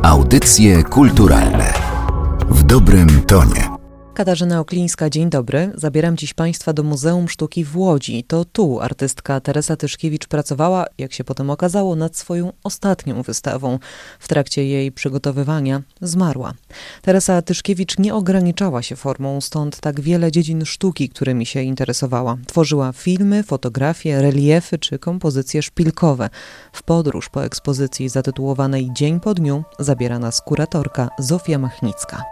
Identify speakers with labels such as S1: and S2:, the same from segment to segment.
S1: Audycje kulturalne w dobrym tonie.
S2: Katarzyna Oklińska, dzień dobry. Zabieram dziś Państwa do Muzeum Sztuki w Łodzi. To tu artystka Teresa Tyszkiewicz pracowała, jak się potem okazało, nad swoją ostatnią wystawą. W trakcie jej przygotowywania zmarła. Teresa Tyszkiewicz nie ograniczała się formą, stąd tak wiele dziedzin sztuki, którymi się interesowała. Tworzyła filmy, fotografie, reliefy czy kompozycje szpilkowe. W podróż po ekspozycji zatytułowanej Dzień po dniu zabiera nas kuratorka Zofia Machnicka.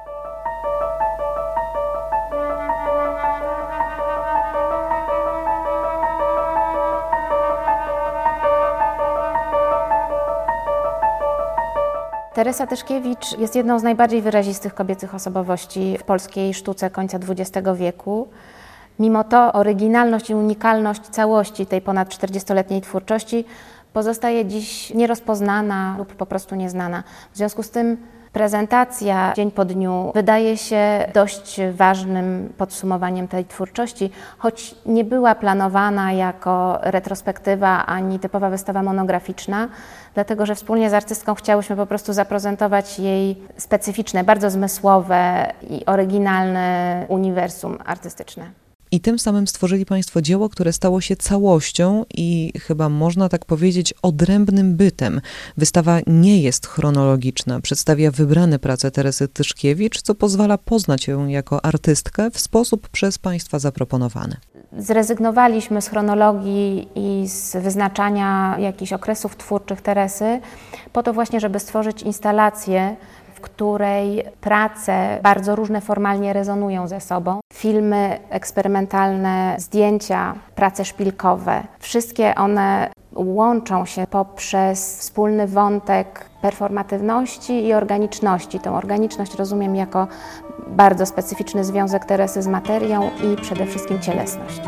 S3: Teresa Tyszkiewicz jest jedną z najbardziej wyrazistych kobiecych osobowości w polskiej sztuce końca XX wieku. Mimo to oryginalność i unikalność całości tej ponad 40-letniej twórczości pozostaje dziś nierozpoznana lub po prostu nieznana. W związku z tym prezentacja Dzień po dniu wydaje się dość ważnym podsumowaniem tej twórczości, choć nie była planowana jako retrospektywa ani typowa wystawa monograficzna, dlatego że wspólnie z artystką chciałyśmy po prostu zaprezentować jej specyficzne, bardzo zmysłowe i oryginalne uniwersum artystyczne.
S2: I tym samym stworzyli Państwo dzieło, które stało się całością i chyba można tak powiedzieć odrębnym bytem. Wystawa nie jest chronologiczna, przedstawia wybrane prace Teresy Tyszkiewicz, co pozwala poznać ją jako artystkę w sposób przez Państwa zaproponowany.
S3: Zrezygnowaliśmy z chronologii i z wyznaczania jakichś okresów twórczych Teresy po to właśnie, żeby stworzyć instalację, w której prace bardzo różne formalnie rezonują ze sobą. Filmy eksperymentalne, zdjęcia, prace szpilkowe, wszystkie one łączą się poprzez wspólny wątek performatywności i organiczności. Tę organiczność rozumiem jako bardzo specyficzny związek Teresy z materią i przede wszystkim cielesność.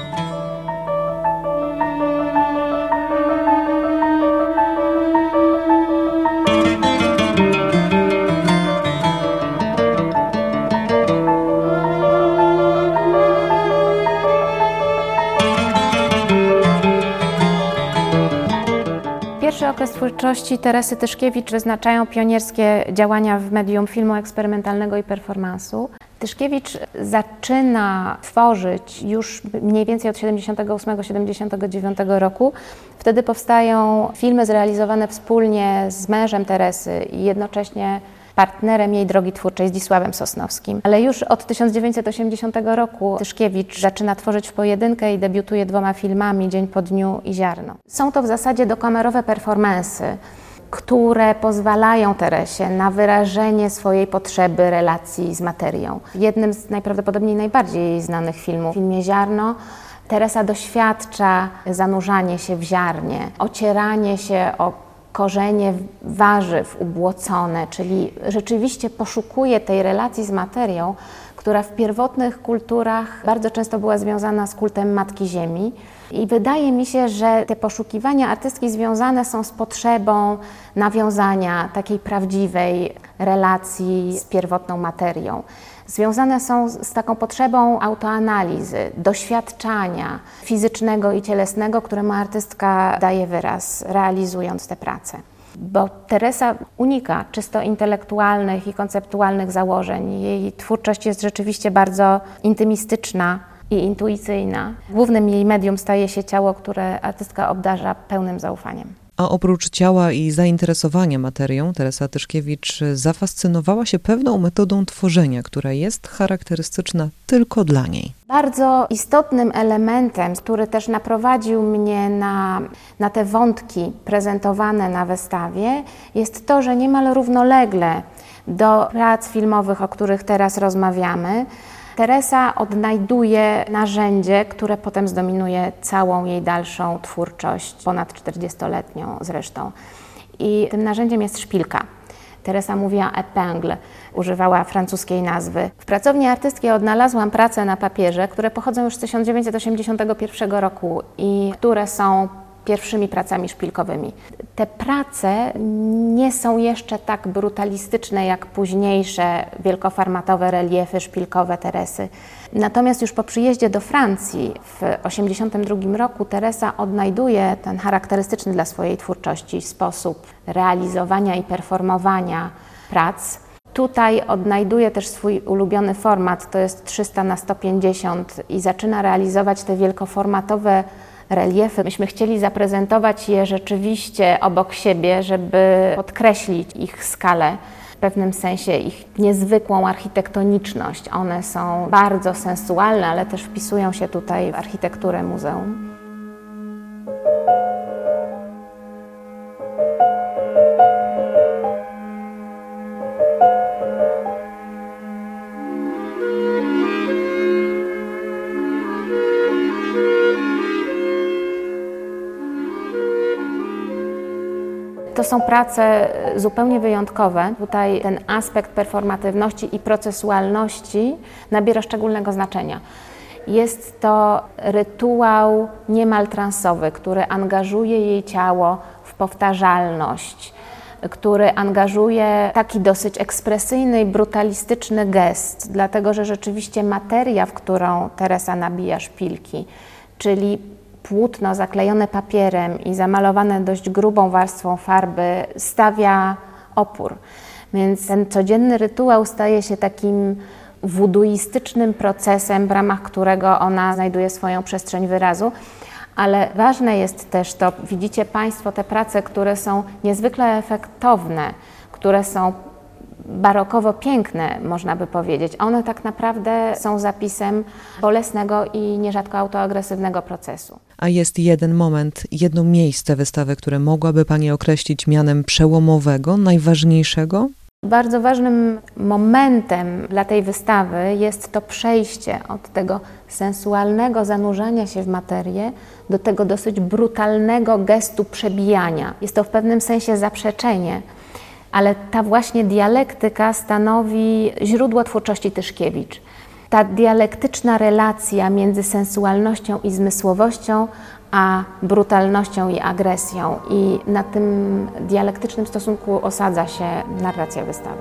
S3: Pierwszy okres twórczości Teresy Tyszkiewicz wyznaczają pionierskie działania w medium filmu eksperymentalnego i performansu. Tyszkiewicz zaczyna tworzyć już mniej więcej od 78-79 roku. Wtedy powstają filmy zrealizowane wspólnie z mężem Teresy i jednocześnie partnerem jej drogi twórczej, Zdzisławem Sosnowskim. Ale już od 1980 roku Tyszkiewicz zaczyna tworzyć w pojedynkę i debiutuje 2 filmami, Dzień po dniu i Ziarno. Są to w zasadzie dokamerowe performansy, które pozwalają Teresie na wyrażenie swojej potrzeby relacji z materią. Jednym z najprawdopodobniej najbardziej znanych filmów, w filmie Ziarno, Teresa doświadcza zanurzanie się w ziarnie, ocieranie się o korzenie warzyw ubłocone, czyli rzeczywiście poszukuje tej relacji z materią, która w pierwotnych kulturach bardzo często była związana z kultem Matki Ziemi. I wydaje mi się, że te poszukiwania artystki związane są z potrzebą nawiązania takiej prawdziwej relacji z pierwotną materią. Związane są z taką potrzebą autoanalizy, doświadczania fizycznego i cielesnego, któremu artystka daje wyraz, realizując te prace. Bo Teresa unika czysto intelektualnych i konceptualnych założeń. Jej twórczość jest rzeczywiście bardzo intymistyczna i intuicyjna. Głównym jej medium staje się ciało, które artystka obdarza pełnym zaufaniem.
S2: A oprócz ciała i zainteresowania materią, Teresa Tyszkiewicz zafascynowała się pewną metodą tworzenia, która jest charakterystyczna tylko dla niej.
S3: Bardzo istotnym elementem, który też naprowadził mnie na te wątki prezentowane na wystawie, jest to, że niemal równolegle do prac filmowych, o których teraz rozmawiamy, Teresa odnajduje narzędzie, które potem zdominuje całą jej dalszą twórczość, ponad 40-letnią zresztą. I tym narzędziem jest szpilka. Teresa mówiła épingle, używała francuskiej nazwy. W pracowni artystki odnalazłam prace na papierze, które pochodzą już z 1981 roku i które są pierwszymi pracami szpilkowymi. Te prace nie są jeszcze tak brutalistyczne jak późniejsze wielkoformatowe reliefy szpilkowe Teresy. Natomiast już po przyjeździe do Francji w 1982 roku Teresa odnajduje ten charakterystyczny dla swojej twórczości sposób realizowania i performowania prac. Tutaj odnajduje też swój ulubiony format, to jest 300×150 i zaczyna realizować te wielkoformatowe reliefy. Myśmy chcieli zaprezentować je rzeczywiście obok siebie, żeby podkreślić ich skalę, w pewnym sensie ich niezwykłą architektoniczność. One są bardzo sensualne, ale też wpisują się tutaj w architekturę muzeum. To są prace zupełnie wyjątkowe. Tutaj ten aspekt performatywności i procesualności nabiera szczególnego znaczenia. Jest to rytuał niemal transowy, który angażuje jej ciało w powtarzalność, który angażuje taki dosyć ekspresyjny i brutalistyczny gest, dlatego że rzeczywiście materia, w którą Teresa nabija szpilki, czyli płótno zaklejone papierem i zamalowane dość grubą warstwą farby, stawia opór. Więc ten codzienny rytuał staje się takim wuduistycznym procesem, w ramach którego ona znajduje swoją przestrzeń wyrazu. Ale ważne jest też to, widzicie Państwo te prace, które są niezwykle efektowne, które są barokowo piękne, można by powiedzieć. One tak naprawdę są zapisem bolesnego i nierzadko autoagresywnego procesu.
S2: A jest jeden moment, jedno miejsce wystawy, które mogłaby Pani określić mianem przełomowego, najważniejszego?
S3: Bardzo ważnym momentem dla tej wystawy jest to przejście od tego sensualnego zanurzania się w materię do tego dosyć brutalnego gestu przebijania. Jest to w pewnym sensie zaprzeczenie, ale ta właśnie dialektyka stanowi źródło twórczości Tyszkiewicz. Ta dialektyczna relacja między sensualnością i zmysłowością, a brutalnością i agresją. I na tym dialektycznym stosunku osadza się narracja wystawy.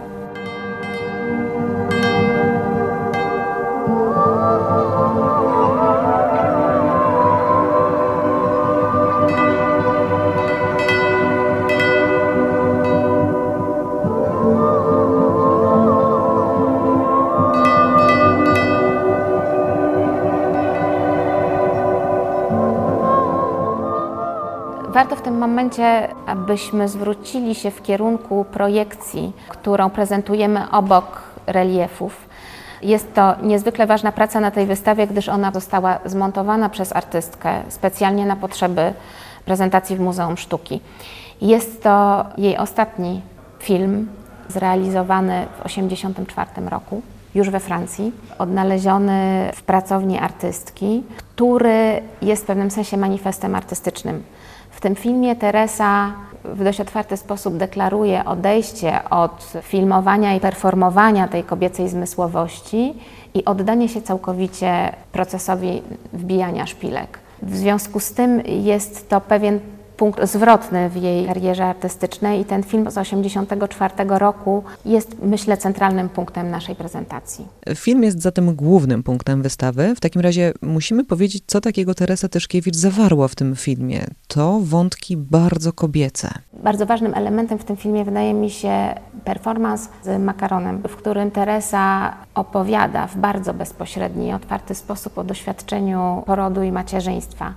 S3: Warto w tym momencie, abyśmy zwrócili się w kierunku projekcji, którą prezentujemy obok reliefów. Jest to niezwykle ważna praca na tej wystawie, gdyż ona została zmontowana przez artystkę specjalnie na potrzeby prezentacji w Muzeum Sztuki. Jest to jej ostatni film zrealizowany w 1984 roku, już we Francji, odnaleziony w pracowni artystki, który jest w pewnym sensie manifestem artystycznym. W tym filmie Teresa w dość otwarty sposób deklaruje odejście od filmowania i performowania tej kobiecej zmysłowości i oddanie się całkowicie procesowi wbijania szpilek. W związku z tym jest to pewien punkt zwrotny w jej karierze artystycznej i ten film z 1984 roku jest, myślę, centralnym punktem naszej prezentacji.
S2: Film jest zatem głównym punktem wystawy. W takim razie musimy powiedzieć, co takiego Teresa Tyszkiewicz zawarła w tym filmie. To wątki bardzo kobiece.
S3: Bardzo ważnym elementem w tym filmie wydaje mi się performance z makaronem, w którym Teresa opowiada w bardzo bezpośredni i otwarty sposób o doświadczeniu porodu i macierzyństwa.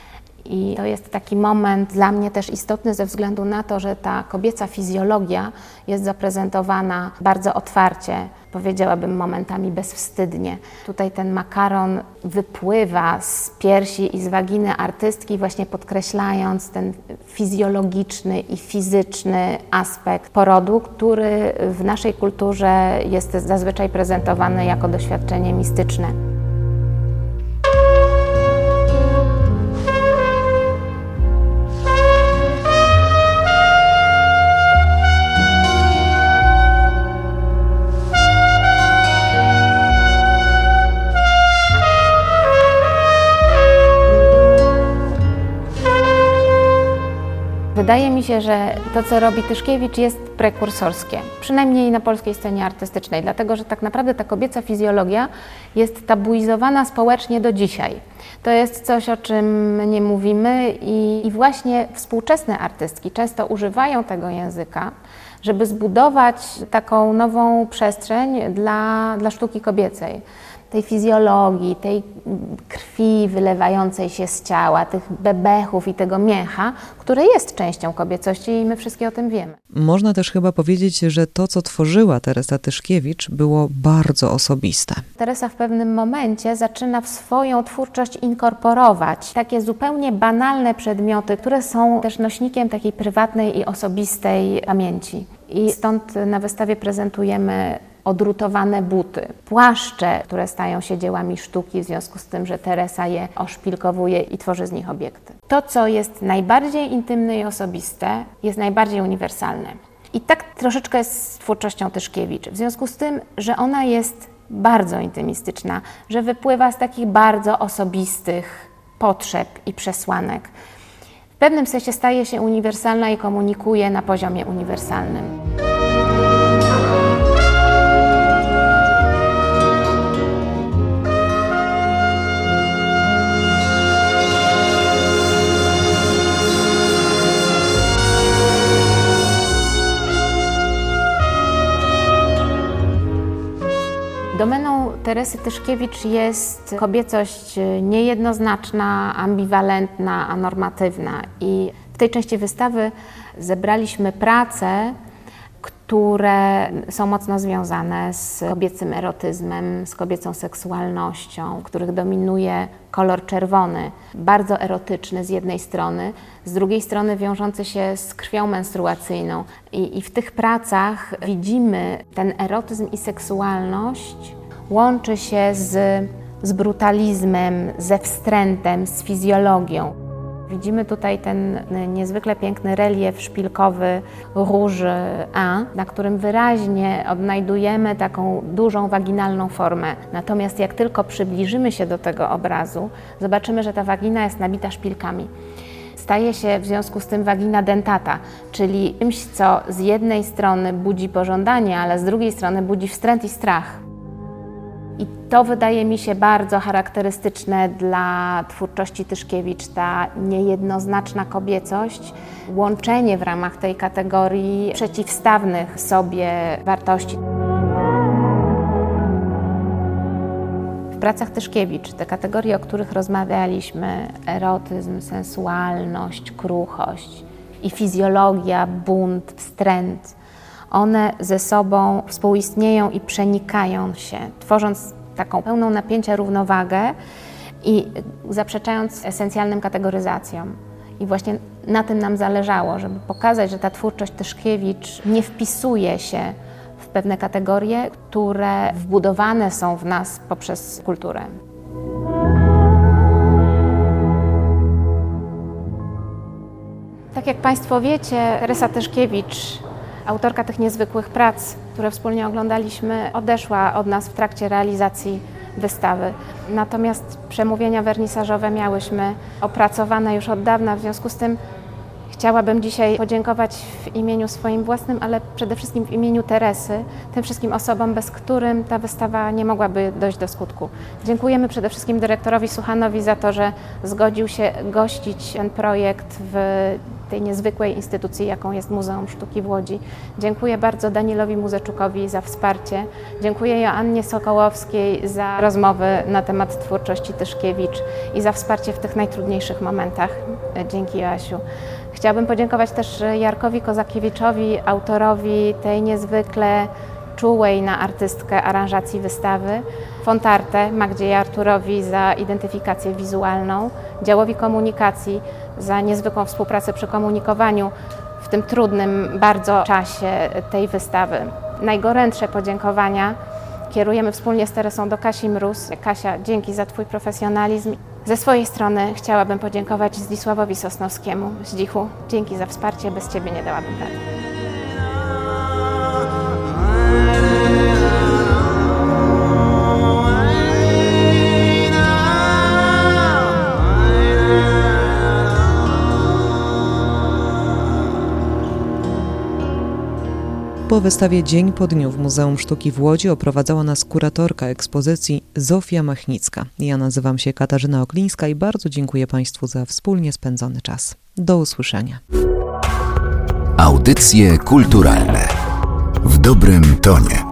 S3: I to jest taki moment dla mnie też istotny ze względu na to, że ta kobieca fizjologia jest zaprezentowana bardzo otwarcie, powiedziałabym momentami bezwstydnie. Tutaj ten makaron wypływa z piersi i z waginy artystki, właśnie podkreślając ten fizjologiczny i fizyczny aspekt porodu, który w naszej kulturze jest zazwyczaj prezentowany jako doświadczenie mistyczne. Wydaje mi się, że to, co robi Tyszkiewicz, jest prekursorskie, przynajmniej na polskiej scenie artystycznej, dlatego że tak naprawdę ta kobieca fizjologia jest tabuizowana społecznie do dzisiaj. To jest coś, o czym nie mówimy i właśnie współczesne artystki często używają tego języka, żeby zbudować taką nową przestrzeń dla sztuki kobiecej. Tej fizjologii, tej krwi wylewającej się z ciała, tych bebechów i tego mięcha, które jest częścią kobiecości i my wszystkie o tym wiemy.
S2: Można też chyba powiedzieć, że to, co tworzyła Teresa Tyszkiewicz, było bardzo osobiste.
S3: Teresa w pewnym momencie zaczyna w swoją twórczość inkorporować takie zupełnie banalne przedmioty, które są też nośnikiem takiej prywatnej i osobistej pamięci. I stąd na wystawie prezentujemy odrutowane buty, płaszcze, które stają się dziełami sztuki w związku z tym, że Teresa je oszpilkowuje i tworzy z nich obiekty. To, co jest najbardziej intymne i osobiste, jest najbardziej uniwersalne. I tak troszeczkę jest z twórczością Tyszkiewicz, w związku z tym, że ona jest bardzo intymistyczna, że wypływa z takich bardzo osobistych potrzeb i przesłanek. W pewnym sensie staje się uniwersalna i komunikuje na poziomie uniwersalnym. Domeną Teresy Tyszkiewicz jest kobiecość niejednoznaczna, ambiwalentna, anormatywna. I w tej części wystawy zebraliśmy prace, które są mocno związane z kobiecym erotyzmem, z kobiecą seksualnością, w których dominuje kolor czerwony, bardzo erotyczny z jednej strony, z drugiej strony wiążący się z krwią menstruacyjną. I w tych pracach widzimy ten erotyzm i seksualność łączy się z brutalizmem, ze wstrętem, z fizjologią. Widzimy tutaj ten niezwykle piękny relief szpilkowy róży A, na którym wyraźnie odnajdujemy taką dużą waginalną formę. Natomiast jak tylko przybliżymy się do tego obrazu, zobaczymy, że ta wagina jest nabita szpilkami. Staje się w związku z tym wagina dentata, czyli czymś, co z jednej strony budzi pożądanie, ale z drugiej strony budzi wstręt i strach. I to wydaje mi się bardzo charakterystyczne dla twórczości Tyszkiewicz, ta niejednoznaczna kobiecość, łączenie w ramach tej kategorii przeciwstawnych sobie wartości. W pracach Tyszkiewicz te kategorie, o których rozmawialiśmy, erotyzm, sensualność, kruchość i fizjologia, bunt, wstręt, one ze sobą współistnieją i przenikają się, tworząc taką pełną napięcia równowagę i zaprzeczając esencjalnym kategoryzacjom. I właśnie na tym nam zależało, żeby pokazać, że ta twórczość Tyszkiewicz nie wpisuje się w pewne kategorie, które wbudowane są w nas poprzez kulturę. Tak jak Państwo wiecie, Teresa Tyszkiewicz, autorka tych niezwykłych prac, które wspólnie oglądaliśmy, odeszła od nas w trakcie realizacji wystawy. Natomiast przemówienia wernisażowe miałyśmy opracowane już od dawna, w związku z tym chciałabym dzisiaj podziękować w imieniu swoim własnym, ale przede wszystkim w imieniu Teresy, tym wszystkim osobom, bez którym ta wystawa nie mogłaby dojść do skutku. Dziękujemy przede wszystkim dyrektorowi Suchanowi za to, że zgodził się gościć ten projekt w tej niezwykłej instytucji, jaką jest Muzeum Sztuki w Łodzi. Dziękuję bardzo Danielowi Muzeczukowi za wsparcie. Dziękuję Joannie Sokołowskiej za rozmowy na temat twórczości Tyszkiewicz i za wsparcie w tych najtrudniejszych momentach. Dzięki, Joasiu. Chciałabym podziękować też Jarkowi Kozakiewiczowi, autorowi tej niezwykle czułej na artystkę aranżacji wystawy, Fontarte, Magdzie i Arturowi za identyfikację wizualną, działowi komunikacji za niezwykłą współpracę przy komunikowaniu w tym trudnym bardzo czasie tej wystawy. Najgorętsze podziękowania kierujemy wspólnie z Teresą do Kasi Mróz. Kasia, dzięki za Twój profesjonalizm. Ze swojej strony chciałabym podziękować Zdzisławowi Sosnowskiemu. Zdzichu, dzięki za wsparcie, bez Ciebie nie dałabym rady.
S2: Po wystawie Dzień po dniu w Muzeum Sztuki w Łodzi oprowadzała nas kuratorka ekspozycji Zofia Machnicka. Ja nazywam się Katarzyna Oklińska i bardzo dziękuję Państwu za wspólnie spędzony czas. Do usłyszenia.
S1: Audycje kulturalne w dobrym tonie.